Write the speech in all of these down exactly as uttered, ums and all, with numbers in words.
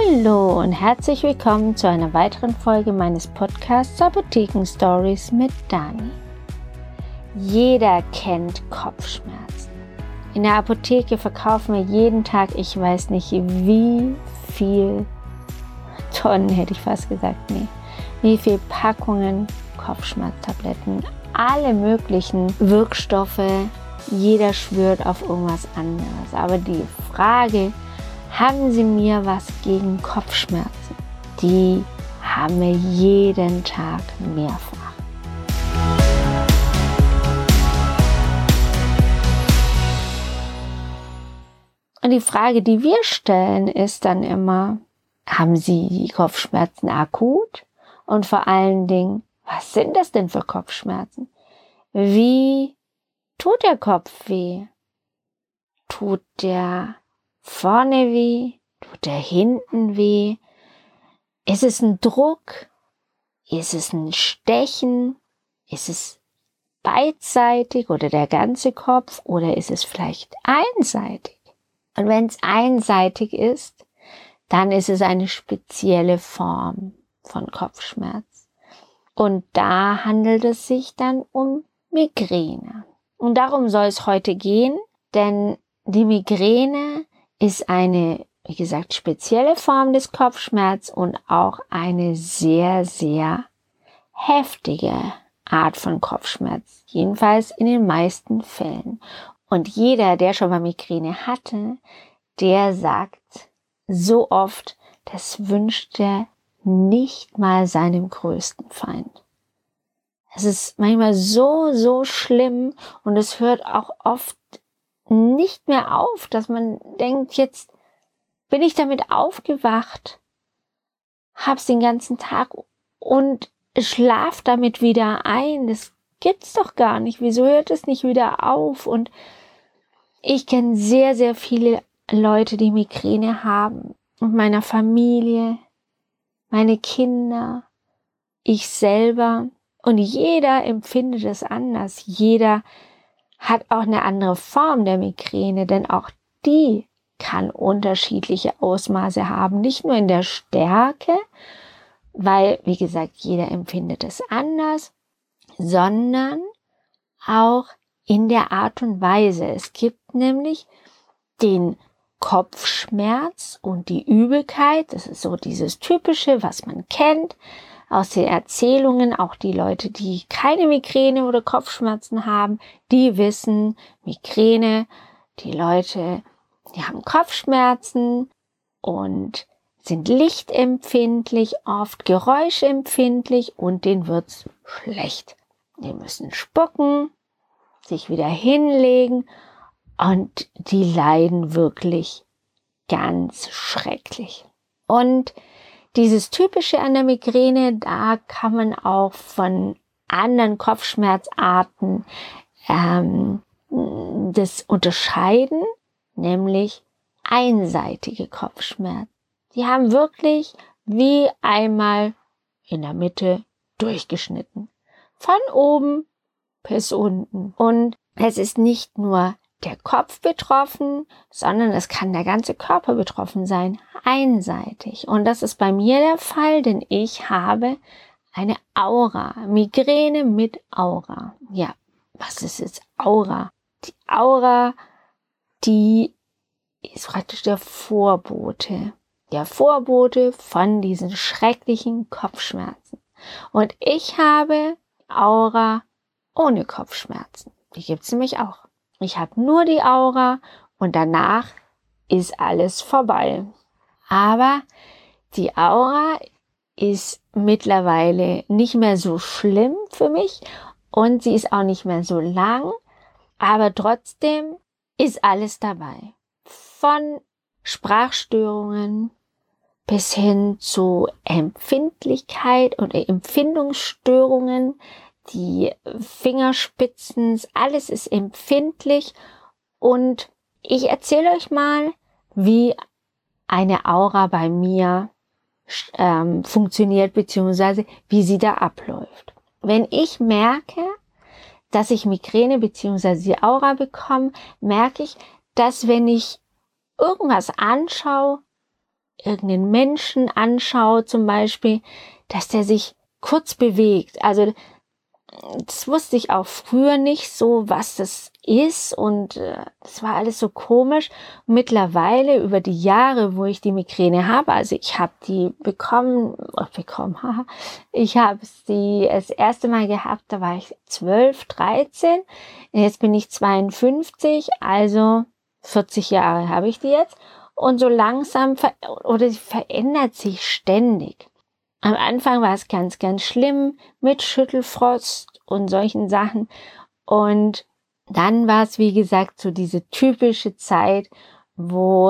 Hallo und herzlich willkommen zu einer weiteren Folge meines Podcasts Apotheken Stories mit Dani. Jeder kennt Kopfschmerzen. In der Apotheke verkaufen wir jeden Tag, ich weiß nicht wie viel Tonnen, hätte ich fast gesagt, nee, wie viel Packungen Kopfschmerztabletten, alle möglichen Wirkstoffe, jeder schwört auf irgendwas anderes. Aber die Frage, haben Sie mir was gegen Kopfschmerzen? Die haben wir jeden Tag mehrfach. Und die Frage, die wir stellen, ist dann immer, haben Sie die Kopfschmerzen akut? Und vor allen Dingen, was sind das denn für Kopfschmerzen? Wie tut der Kopf weh? Tut der vorne weh? Tut der hinten weh? Ist es ein Druck? Ist es ein Stechen? Ist es beidseitig oder der ganze Kopf? Oder ist es vielleicht einseitig? Und wenn es einseitig ist, dann ist es eine spezielle Form von Kopfschmerz. Und da handelt es sich dann um Migräne. Und darum soll es heute gehen, denn die Migräne ist eine, wie gesagt, spezielle Form des Kopfschmerzes und auch eine sehr, sehr heftige Art von Kopfschmerz. Jedenfalls in den meisten Fällen. Und jeder, der schon mal Migräne hatte, der sagt so oft, das wünscht er nicht mal seinem größten Feind. Es ist manchmal so, so schlimm und es hört auch oft nicht mehr auf, dass man denkt, jetzt bin ich damit aufgewacht, hab's den ganzen Tag und schlaf damit wieder ein. Das gibt's doch gar nicht. Wieso hört es nicht wieder auf? Und ich kenne sehr, sehr viele Leute, die Migräne haben. Und meiner Familie, meine Kinder, ich selber. Und jeder empfindet es anders. Jeder hat auch eine andere Form der Migräne, denn auch die kann unterschiedliche Ausmaße haben. Nicht nur in der Stärke, weil, wie gesagt, jeder empfindet es anders, sondern auch in der Art und Weise. Es gibt nämlich den Kopfschmerz und die Übelkeit. Das ist so dieses Typische, was man kennt aus den Erzählungen. Auch die Leute, die keine Migräne oder Kopfschmerzen haben, die wissen, Migräne, die Leute, die haben Kopfschmerzen und sind lichtempfindlich, oft geräuschempfindlich und denen wird's schlecht. Die müssen spucken, sich wieder hinlegen und die leiden wirklich ganz schrecklich. Und dieses Typische an der Migräne, da kann man auch von anderen Kopfschmerzarten ähm, das unterscheiden, nämlich einseitige Kopfschmerzen. Die haben wirklich wie einmal in der Mitte durchgeschnitten. Von oben bis unten. Und es ist nicht nur der Kopf betroffen, sondern es kann der ganze Körper betroffen sein, einseitig. Und das ist bei mir der Fall, denn ich habe eine Aura, Migräne mit Aura. Ja, was ist jetzt Aura? Die Aura, die ist praktisch der Vorbote, der Vorbote von diesen schrecklichen Kopfschmerzen. Und ich habe Aura ohne Kopfschmerzen. Die gibt es nämlich auch. Ich habe nur die Aura und danach ist alles vorbei. Aber die Aura ist mittlerweile nicht mehr so schlimm für mich und sie ist auch nicht mehr so lang, aber trotzdem ist alles dabei. Von Sprachstörungen bis hin zu Empfindlichkeit und Empfindungsstörungen, die Fingerspitzen, alles ist empfindlich und ich erzähle euch mal, wie eine Aura bei mir ähm, funktioniert bzw. wie sie da abläuft. Wenn ich merke, dass ich Migräne bzw. die Aura bekomme, merke ich, dass wenn ich irgendwas anschaue, irgendeinen Menschen anschaue zum Beispiel, dass der sich kurz bewegt. Also das wusste ich auch früher nicht so, was das ist und äh, das war alles so komisch. Mittlerweile über die Jahre, wo ich die Migräne habe, also ich habe die bekommen, oh, bekommen, haha, ich habe sie das erste Mal gehabt, da war ich zwölf, dreizehn, jetzt bin ich zweiundfünfzig, also vierzig Jahre habe ich die jetzt und so langsam ver oder sie verändert sich ständig. Am Anfang war es ganz, ganz schlimm mit Schüttelfrost und solchen Sachen. Und dann war es, wie gesagt, so diese typische Zeit, wo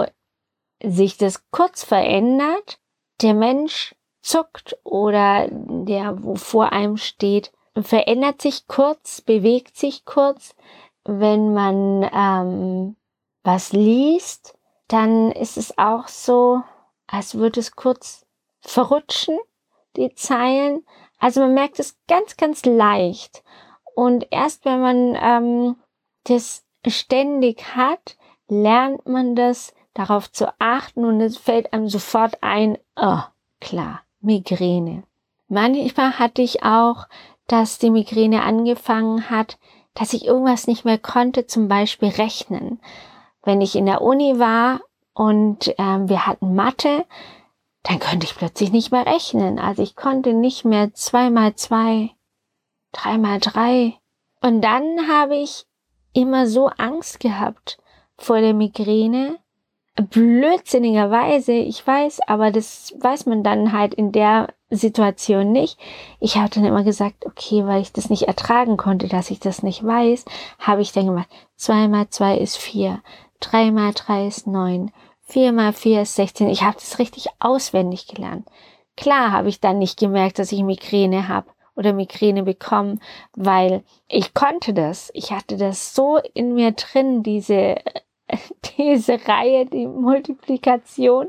sich das kurz verändert, der Mensch zuckt oder der, wo vor einem steht, verändert sich kurz, bewegt sich kurz. Wenn man ähm, was liest, dann ist es auch so, als würde es kurz verrutschen, die Zeilen. Also man merkt es ganz, ganz leicht. Und erst wenn man ähm, das ständig hat, lernt man das, darauf zu achten und es fällt einem sofort ein, oh, klar, Migräne. Manchmal hatte ich auch, dass die Migräne angefangen hat, dass ich irgendwas nicht mehr konnte, zum Beispiel rechnen. Wenn ich in der Uni war und ähm, wir hatten Mathe, dann konnte ich plötzlich nicht mehr rechnen. Also ich konnte nicht mehr zwei mal zwei, drei mal drei. Und dann habe ich immer so Angst gehabt vor der Migräne. Blödsinnigerweise, ich weiß, aber das weiß man dann halt in der Situation nicht. Ich habe dann immer gesagt, okay, weil ich das nicht ertragen konnte, dass ich das nicht weiß, habe ich dann gemacht, zwei mal zwei ist vier, drei mal drei ist neun. vier mal vier ist sechzehn. Ich habe das richtig auswendig gelernt. Klar habe ich dann nicht gemerkt, dass ich Migräne habe oder Migräne bekommen, weil ich konnte das. Ich hatte das so in mir drin, diese, diese Reihe, die Multiplikation,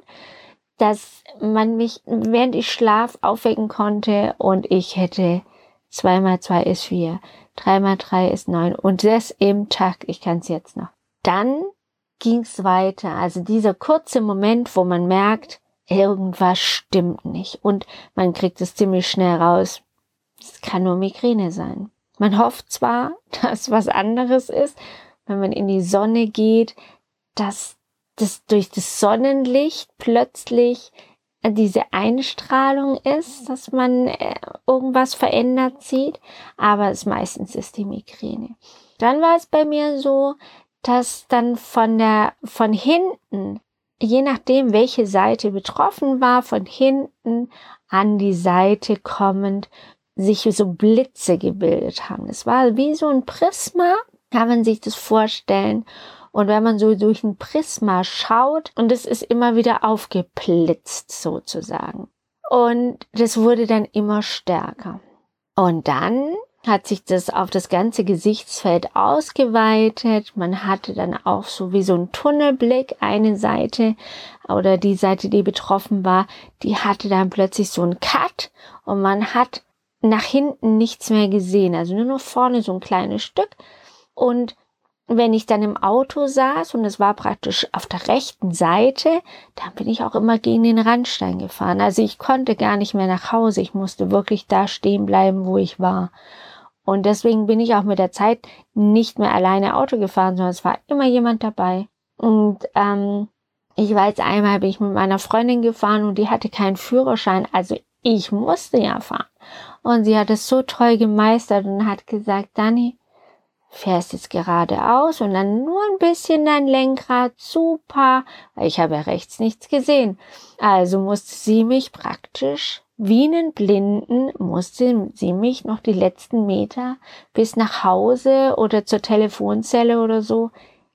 dass man mich, während ich schlaf, aufwecken konnte und ich hätte zwei mal zwei ist vier, drei mal drei ist neun und das im Tag. Ich kann es jetzt noch. Dann ging's weiter. Also dieser kurze Moment, wo man merkt, irgendwas stimmt nicht und man kriegt es ziemlich schnell raus. Es kann nur Migräne sein. Man hofft zwar, dass was anderes ist, wenn man in die Sonne geht, dass das durch das Sonnenlicht plötzlich diese Einstrahlung ist, dass man irgendwas verändert sieht, aber es meistens ist die Migräne. Dann war es bei mir so, dass dann von der, von hinten, je nachdem welche Seite betroffen war, von hinten an die Seite kommend, sich so Blitze gebildet haben. Es war wie so ein Prisma, kann man sich das vorstellen. Und wenn man so durch ein Prisma schaut, und es ist immer wieder aufgeblitzt sozusagen. Und das wurde dann immer stärker. Und dann hat sich das auf das ganze Gesichtsfeld ausgeweitet. Man hatte dann auch so wie so einen Tunnelblick. Eine Seite oder die Seite, die betroffen war, die hatte dann plötzlich so einen Cut und man hat nach hinten nichts mehr gesehen. Also nur noch vorne so ein kleines Stück. Und wenn ich dann im Auto saß und es war praktisch auf der rechten Seite, dann bin ich auch immer gegen den Randstein gefahren. Also ich konnte gar nicht mehr nach Hause. Ich musste wirklich da stehen bleiben, wo ich war. Und deswegen bin ich auch mit der Zeit nicht mehr alleine Auto gefahren, sondern es war immer jemand dabei. Und ähm, ich weiß, einmal bin ich mit meiner Freundin gefahren und die hatte keinen Führerschein. Also ich musste ja fahren. Und sie hat es so toll gemeistert und hat gesagt, Dani, fährst jetzt geradeaus und dann nur ein bisschen dein Lenkrad, super, weil ich habe ja rechts nichts gesehen. Also musste sie mich praktisch, wie einen Blinden, musste sie mich noch die letzten Meter bis nach Hause oder zur Telefonzelle oder so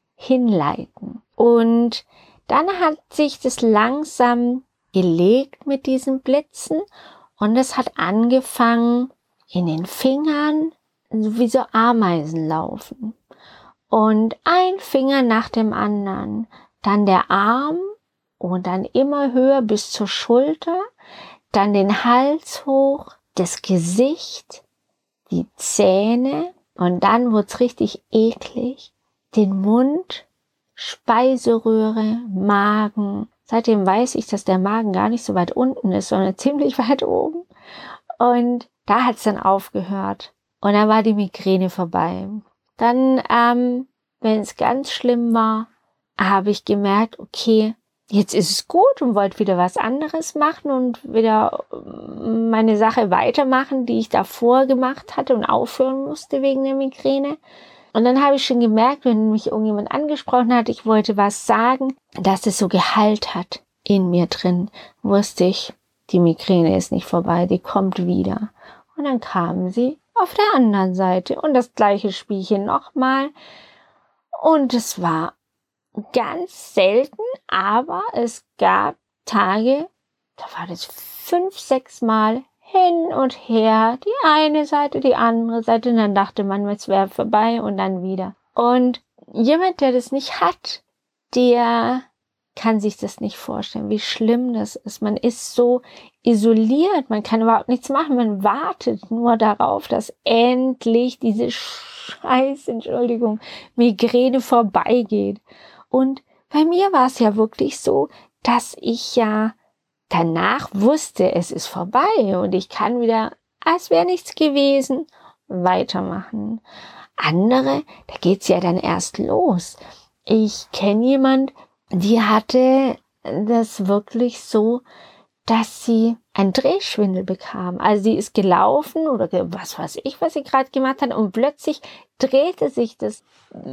hinleiten. Und dann hat sich das langsam gelegt mit diesen Blitzen und es hat angefangen in den Fingern, wie so Ameisen laufen. Und ein Finger nach dem anderen, dann der Arm und dann immer höher bis zur Schulter, dann den Hals hoch, das Gesicht, die Zähne und dann wurde es richtig eklig, den Mund, Speiseröhre, Magen. Seitdem weiß ich, dass der Magen gar nicht so weit unten ist, sondern ziemlich weit oben. Und da hat es dann aufgehört. Und dann war die Migräne vorbei. Dann, ähm, wenn es ganz schlimm war, habe ich gemerkt, okay, jetzt ist es gut und wollte wieder was anderes machen und wieder meine Sache weitermachen, die ich davor gemacht hatte und aufhören musste wegen der Migräne. Und dann habe ich schon gemerkt, wenn mich irgendjemand angesprochen hat, ich wollte was sagen, dass es so Gehalt hat in mir drin, wusste ich, die Migräne ist nicht vorbei, die kommt wieder. Und dann kam sie auf der anderen Seite und das gleiche Spielchen nochmal. Und es war ganz selten, aber es gab Tage, da war das fünf, sechs Mal hin und her, die eine Seite, die andere Seite, und dann dachte man, es wäre vorbei und dann wieder. Und jemand, der das nicht hat, der kann sich das nicht vorstellen, wie schlimm das ist. Man ist so isoliert, man kann überhaupt nichts machen, man wartet nur darauf, dass endlich diese scheiß, Entschuldigung, Migräne vorbeigeht. Und bei mir war es ja wirklich so, dass ich ja danach wusste, es ist vorbei und ich kann wieder, als wäre nichts gewesen, weitermachen. Andere, da geht's ja dann erst los. Ich kenne jemand, die hatte das wirklich so, dass sie einen Drehschwindel bekam. Also sie ist gelaufen oder was weiß ich, was sie gerade gemacht hat und plötzlich drehte sich das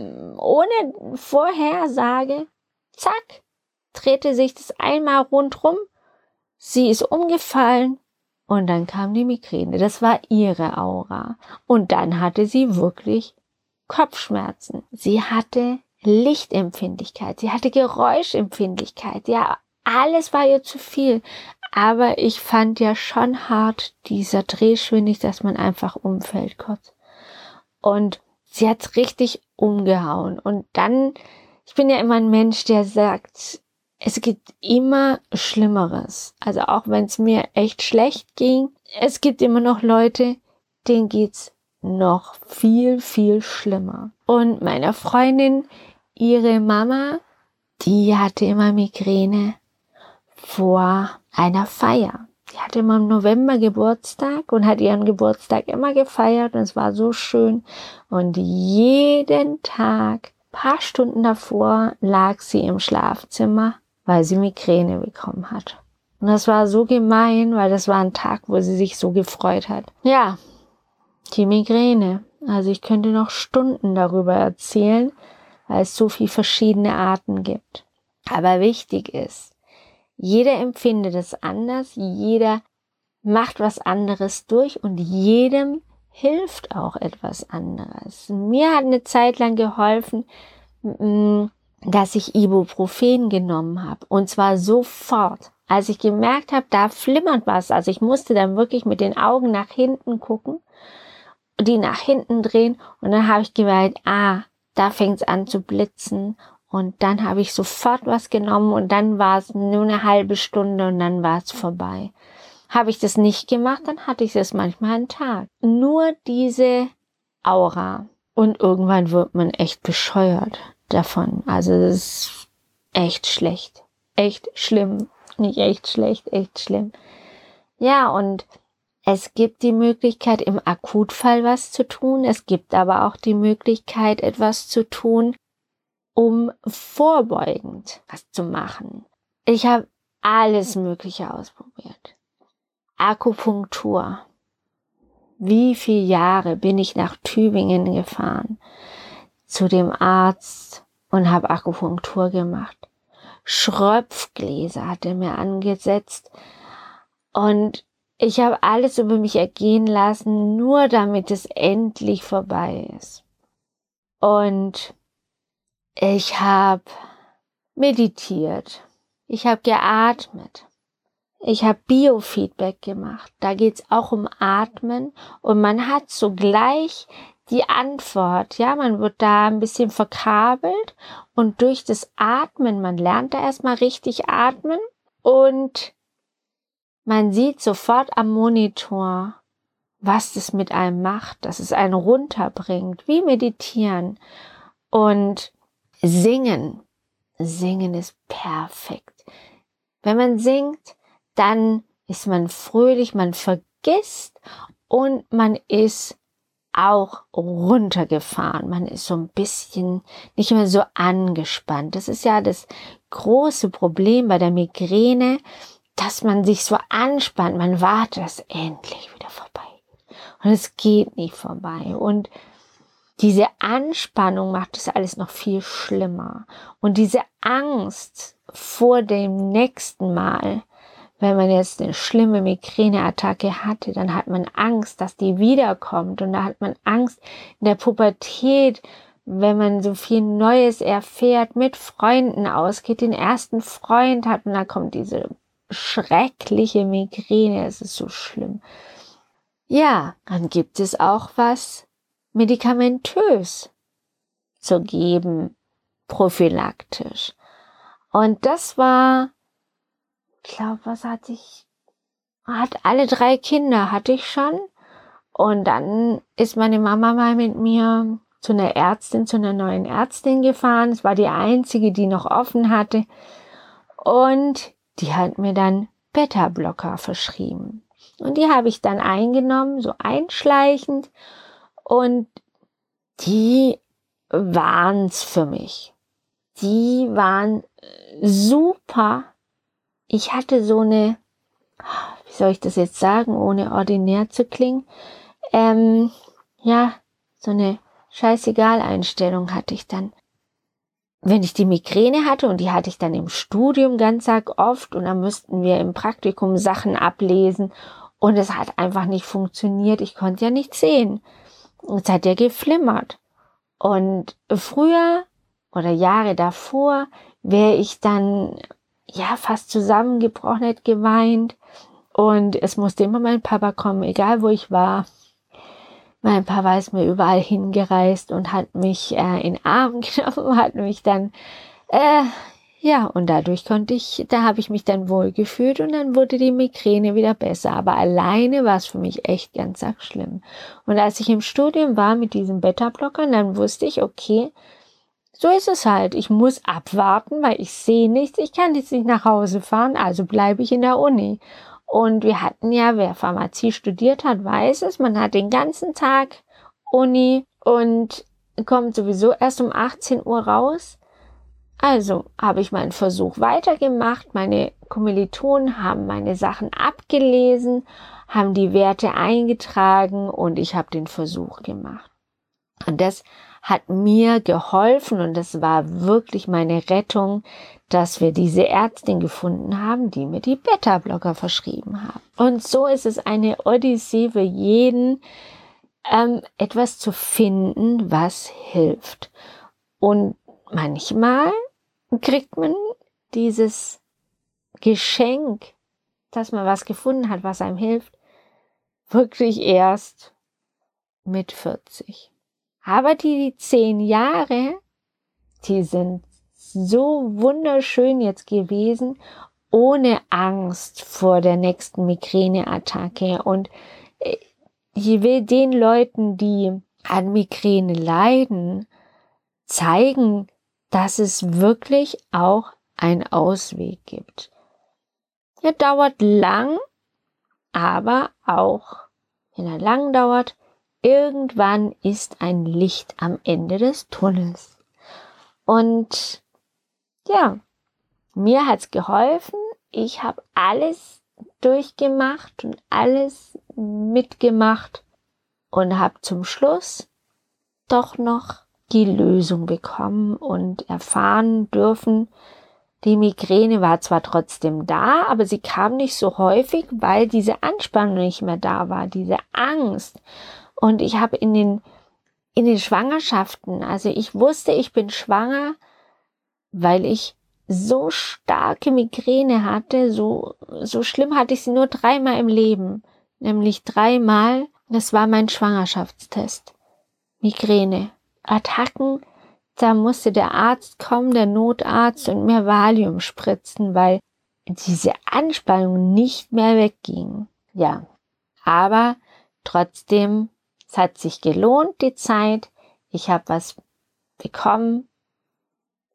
ohne Vorhersage, zack, drehte sich das einmal rundrum. Sie ist umgefallen und dann kam die Migräne. Das war ihre Aura. Und dann hatte sie wirklich Kopfschmerzen. Sie hatte Lichtempfindlichkeit. Sie hatte Geräuschempfindlichkeit. Ja, alles war ihr zu viel. Aber ich fand ja schon hart dieser Drehschwindel, dass man einfach umfällt kurz. Und sie hat's richtig umgehauen. Und dann, ich bin ja immer ein Mensch, der sagt, es gibt immer Schlimmeres. Also auch wenn es mir echt schlecht ging, es gibt immer noch Leute, denen geht's noch viel, viel schlimmer. Und meiner Freundin, ihre Mama, die hatte immer Migräne vor einer Feier. Die hatte immer im November Geburtstag und hat ihren Geburtstag immer gefeiert und es war so schön. Und jeden Tag, paar Stunden davor, lag sie im Schlafzimmer, weil sie Migräne bekommen hat. Und das war so gemein, weil das war ein Tag, wo sie sich so gefreut hat. Ja, die Migräne. Also ich könnte noch Stunden darüber erzählen, weil es so viele verschiedene Arten gibt. Aber wichtig ist, jeder empfindet es anders, jeder macht was anderes durch und jedem hilft auch etwas anderes. Mir hat eine Zeit lang geholfen, dass ich Ibuprofen genommen habe. Und zwar sofort. Als ich gemerkt habe, da flimmert was. Also ich musste dann wirklich mit den Augen nach hinten gucken, die nach hinten drehen. Und dann habe ich gemerkt, ah, da fängt es an zu blitzen. Und dann habe ich sofort was genommen und dann war es nur eine halbe Stunde und dann war es vorbei. Habe ich das nicht gemacht, dann hatte ich das manchmal einen Tag. Nur diese Aura. Und irgendwann wird man echt bescheuert davon. Also das ist echt schlecht. Echt schlimm. Nicht echt schlecht, echt schlimm. Ja, und es gibt die Möglichkeit, im Akutfall was zu tun. Es gibt aber auch die Möglichkeit, etwas zu tun, um vorbeugend was zu machen. Ich habe alles Mögliche ausprobiert. Akupunktur. Wie viele Jahre bin ich nach Tübingen gefahren zu dem Arzt und habe Akupunktur gemacht. Schröpfgläser hat er mir angesetzt und ich habe alles über mich ergehen lassen, nur damit es endlich vorbei ist. Und ich habe meditiert, ich habe geatmet, ich habe Biofeedback gemacht. Da geht's auch um Atmen und man hat sogleich die Antwort. Ja, man wird da ein bisschen verkabelt und durch das Atmen, man lernt da erstmal richtig atmen und man sieht sofort am Monitor, was das mit einem macht, dass es einen runterbringt, wie meditieren und singen. Singen ist perfekt. Wenn man singt, dann ist man fröhlich, man vergisst und man ist auch runtergefahren. Man ist so ein bisschen nicht mehr so angespannt. Das ist ja das große Problem bei der Migräne, dass man sich so anspannt. Man wartet, dass es endlich wieder vorbei ist. Und es geht nicht vorbei. Und diese Anspannung macht das alles noch viel schlimmer. Und diese Angst vor dem nächsten Mal, wenn man jetzt eine schlimme Migräneattacke hatte, dann hat man Angst, dass die wiederkommt. Und da hat man Angst in der Pubertät, wenn man so viel Neues erfährt, mit Freunden ausgeht, den ersten Freund hat und dann kommt diese schreckliche Migräne. Es ist so schlimm. Ja, dann gibt es auch was medikamentös zu geben, prophylaktisch. Und das war, ich glaube, was hatte ich, hat alle drei Kinder hatte ich schon. Und dann ist meine Mama mal mit mir zu einer Ärztin, zu einer neuen Ärztin gefahren. Es war die einzige, die noch offen hatte. Und die hat mir dann Beta-Blocker verschrieben. Und die habe ich dann eingenommen, so einschleichend. Und die waren's für mich. Die waren super. Ich hatte so eine, wie soll ich das jetzt sagen, ohne ordinär zu klingen, ähm, ja, so eine Scheißegal-Einstellung hatte ich dann. Wenn ich die Migräne hatte, und die hatte ich dann im Studium ganz arg oft, und dann müssten wir im Praktikum Sachen ablesen, und es hat einfach nicht funktioniert. Ich konnte ja nichts sehen. Es hat ja geflimmert. Und früher oder Jahre davor wäre ich dann ja fast zusammengebrochen, hätte geweint. Und es musste immer mein Papa kommen, egal wo ich war. Mein Papa ist mir überall hingereist und hat mich äh, in den Arm genommen, hat mich dann, äh, ja, und dadurch konnte ich, da habe ich mich dann wohl gefühlt und dann wurde die Migräne wieder besser. Aber alleine war es für mich echt ganz arg schlimm. Und als ich im Studium war mit diesen Beta-Blockern, dann wusste ich, okay, so ist es halt. Ich muss abwarten, weil ich sehe nichts. Ich kann jetzt nicht nach Hause fahren, also bleibe ich in der Uni. Und wir hatten ja, wer Pharmazie studiert hat, weiß es, man hat den ganzen Tag Uni und kommt sowieso erst um achtzehn Uhr raus. Also habe ich meinen Versuch weitergemacht. Meine Kommilitonen haben meine Sachen abgelesen, haben die Werte eingetragen und ich habe den Versuch gemacht. Und das hat mir geholfen und das war wirklich meine Rettung, dass wir diese Ärztin gefunden haben, die mir die Beta-Blocker verschrieben haben. Und so ist es eine Odyssee für jeden, ähm, etwas zu finden, was hilft. Und manchmal kriegt man dieses Geschenk, dass man was gefunden hat, was einem hilft, wirklich erst mit vierzig. Aber die zehn Jahre, die sind so wunderschön jetzt gewesen, ohne Angst vor der nächsten Migräneattacke. Und ich will den Leuten, die an Migräne leiden, zeigen, dass es wirklich auch einen Ausweg gibt. Er dauert lang, aber auch, wenn er lang dauert, irgendwann ist ein Licht am Ende des Tunnels. Und ja, mir hat's geholfen. Ich habe alles durchgemacht und alles mitgemacht und habe zum Schluss doch noch die Lösung bekommen und erfahren dürfen. Die Migräne war zwar trotzdem da, aber sie kam nicht so häufig, weil diese Anspannung nicht mehr da war, diese Angst. Und ich habe in den, in den Schwangerschaften, also ich wusste, ich bin schwanger, weil ich so starke Migräne hatte, so, so schlimm hatte ich sie nur dreimal im Leben, nämlich dreimal, das war mein Schwangerschaftstest. Migräne. Attacken, da musste der Arzt kommen, der Notarzt, und mir Valium spritzen, weil diese Anspannung nicht mehr wegging. Ja, aber trotzdem, es hat sich gelohnt, die Zeit. Ich habe was bekommen.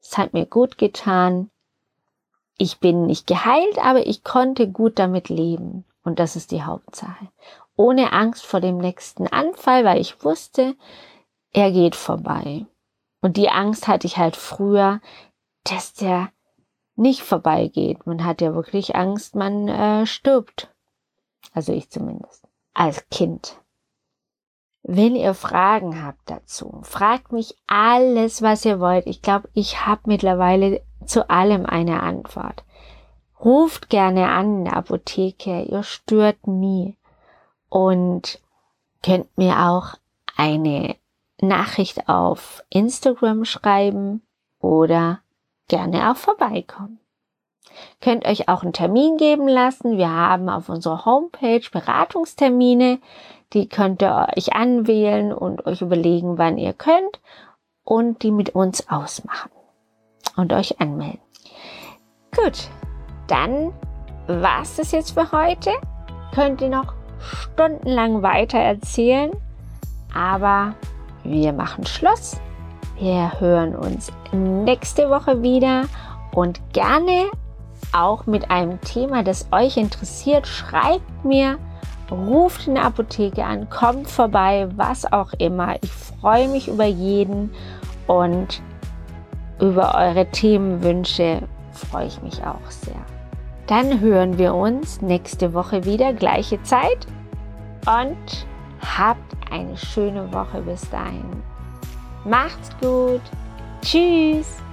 Es hat mir gut getan. Ich bin nicht geheilt, aber ich konnte gut damit leben. Und das ist die Hauptsache. Ohne Angst vor dem nächsten Anfall, weil ich wusste, er geht vorbei. Und die Angst hatte ich halt früher, dass der nicht vorbeigeht. Man hat ja wirklich Angst, man äh, stirbt. Also ich zumindest. Als Kind. Wenn ihr Fragen habt dazu, fragt mich alles, was ihr wollt. Ich glaube, ich habe mittlerweile zu allem eine Antwort. Ruft gerne an in der Apotheke, ihr stört nie. Und könnt mir auch eine Nachricht auf Instagram schreiben oder gerne auch vorbeikommen. Könnt euch auch einen Termin geben lassen. Wir haben auf unserer Homepage Beratungstermine. Die könnt ihr euch anwählen und euch überlegen, wann ihr könnt und die mit uns ausmachen und euch anmelden. Gut, dann war's das jetzt für heute. Könnt ihr noch stundenlang weiter erzählen, aber wir machen Schluss. Wir hören uns nächste Woche wieder und gerne auch mit einem Thema, das euch interessiert. Schreibt mir, ruft in der Apotheke an, kommt vorbei, was auch immer. Ich freue mich über jeden und über eure Themenwünsche freue ich mich auch sehr. Dann hören wir uns nächste Woche wieder, gleiche Zeit, und habt eine schöne Woche bis dahin. Macht's gut. Tschüss.